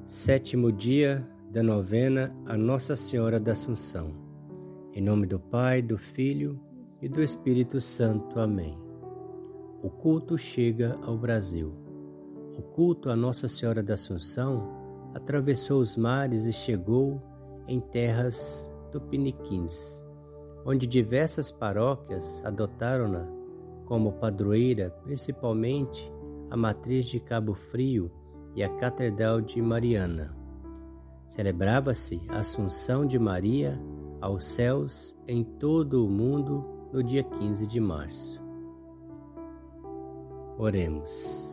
Sétimo dia da novena a Nossa Senhora da Assunção. Em nome do Pai, do Filho e do Espírito Santo. Amém. O culto chega ao Brasil. O culto a Nossa Senhora da Assunção atravessou os mares e chegou em terras tupiniquins, onde diversas paróquias adotaram-na como padroeira, principalmente a matriz de Cabo Frio e a Catedral de Mariana. Celebrava-se a Assunção de Maria aos céus em todo o mundo no dia 15 de março. Oremos.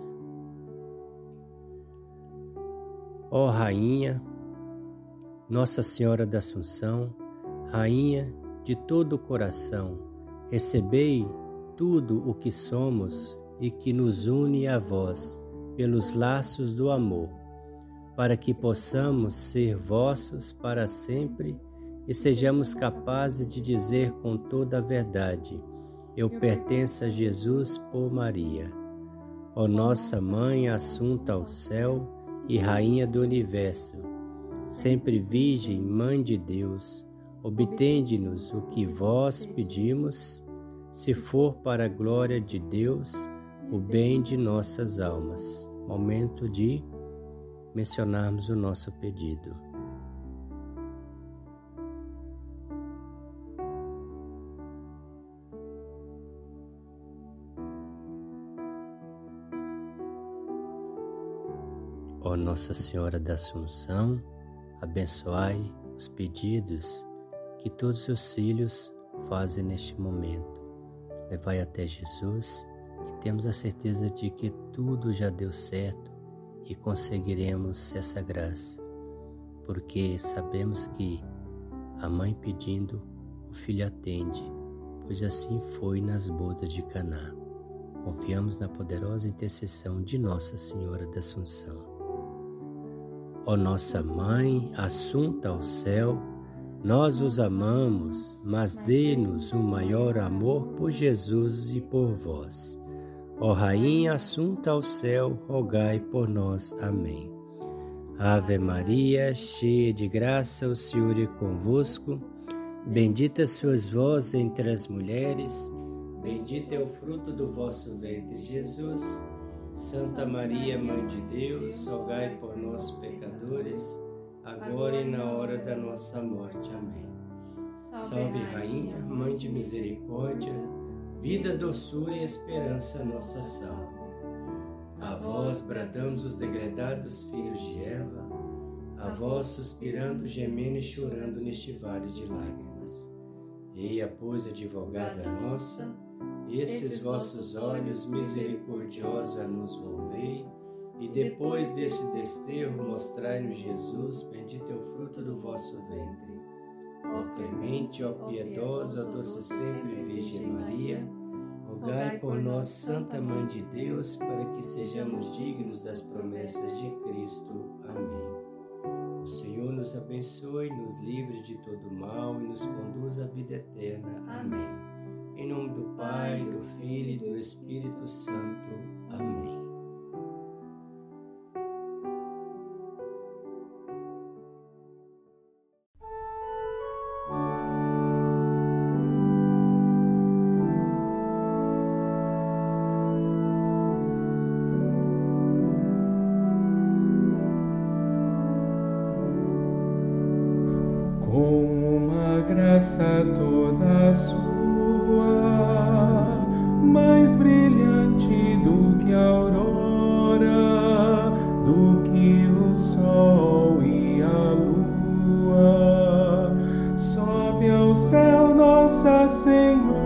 Ó Rainha, Nossa Senhora da Assunção, Rainha de todo o coração, recebei tudo o que somos e que nos une a vós pelos laços do amor, para que possamos ser vossos para sempre e sejamos capazes de dizer com toda a verdade: eu pertenço a Jesus por Maria. Ó nossa Mãe assunta ao céu e Rainha do Universo, sempre Virgem, Mãe de Deus, obtende-nos o que vós pedimos, se for para a glória de Deus, o bem de nossas almas. Momento de mencionarmos o nosso pedido. Ó Nossa Senhora da Assunção, abençoai os pedidos que todos os filhos fazem neste momento. Levai até Jesus e temos a certeza de que tudo já deu certo e conseguiremos essa graça, porque sabemos que a mãe pedindo, o filho atende, pois assim foi nas bodas de Caná. Confiamos na poderosa intercessão de Nossa Senhora da Assunção. Ó nossa Mãe, assunta ao céu, nós os amamos, mas dê-nos um maior amor por Jesus e por vós. Ó Rainha assunta ao céu, rogai por nós. Amém. Ave Maria, cheia de graça, o Senhor é convosco. Bendita sois vós entre as mulheres, bendito é o fruto do vosso ventre, Jesus. Santa Maria, Mãe de Deus, rogai por nós, pecadores, agora e na hora da nossa morte. Amém. Salve Rainha, Mãe de misericórdia, vida, doçura e esperança, nossa salve. A vós bradamos os degredados filhos de Eva, a vós suspirando, gemendo e chorando neste vale de lágrimas. Eia, pois, advogada nossa, esses vossos olhos misericordiosos a nos volvei, e depois desse desterro mostrai-nos Jesus, bendito é o fruto do vosso ventre. Ó clemente, ó piedosa, ó doce sempre Virgem Maria, rogai por nós, Santa Mãe de Deus, para que sejamos dignos das promessas de Cristo. Amém. O Senhor nos abençoe, nos livre de todo mal e nos conduz à vida eterna. Amém. Em nome do Pai, do Filho e do Espírito Santo. Amém. Com uma graça toda sua, mais brilhante do que a aurora, do que o sol e a lua, sobe ao céu Nossa Senhora.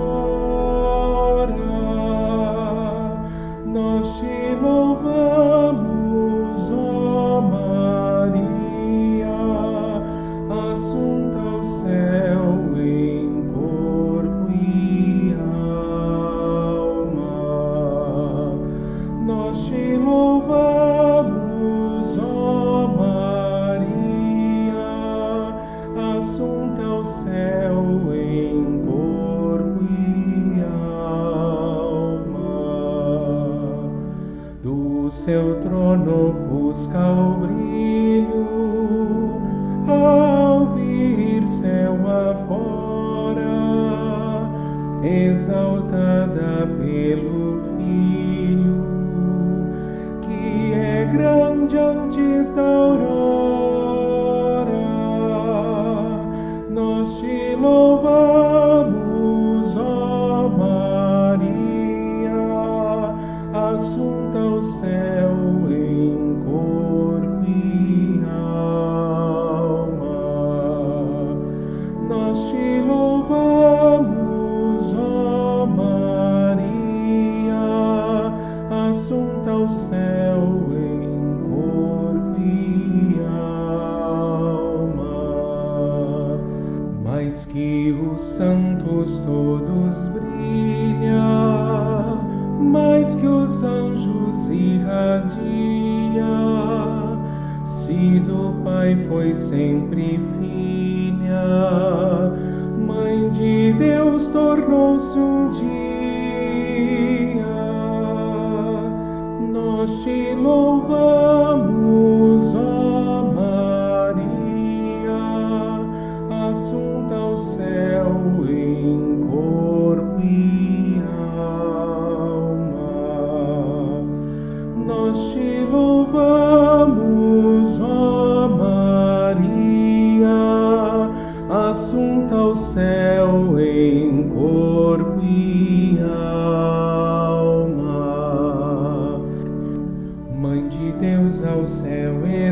Nós te louvamos, ó Maria, assunta ao céu em corpo e alma. Nós te louvamos, ó Maria, assunta ao céu em corpo e alma. Do seu trono ofusca o brilho exaltada pelo Filho, que é grande antes da aurora. Nós te louvamos, ó Maria, assunta ao céu em corpo e alma. Nós te louvamos, ó Maria, assunta ao céu em corpo e alma. Mais que os santos todos brilha, mais que os anjos irradia. Se do Pai foi sempre filha, Mãe de Deus tornou-se um dia. Nós te louvamos, ó Maria, assunta ao céu em corpo e alma. Nós te louvamos, ó Maria, assunta ao céu em corpo e alma. Mãe de Deus ao céu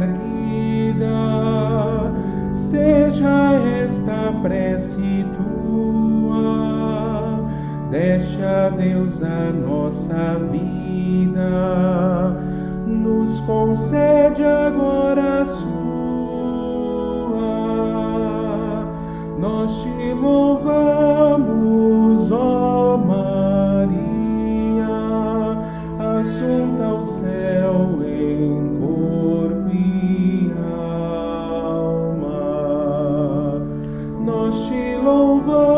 erguida, seja esta prece tua, deste a Deus a nossa vida, nos concede agora a sua. Nós te louvamos, ó Maria, assunta ao céu em corpo e alma. Nós te louvamos,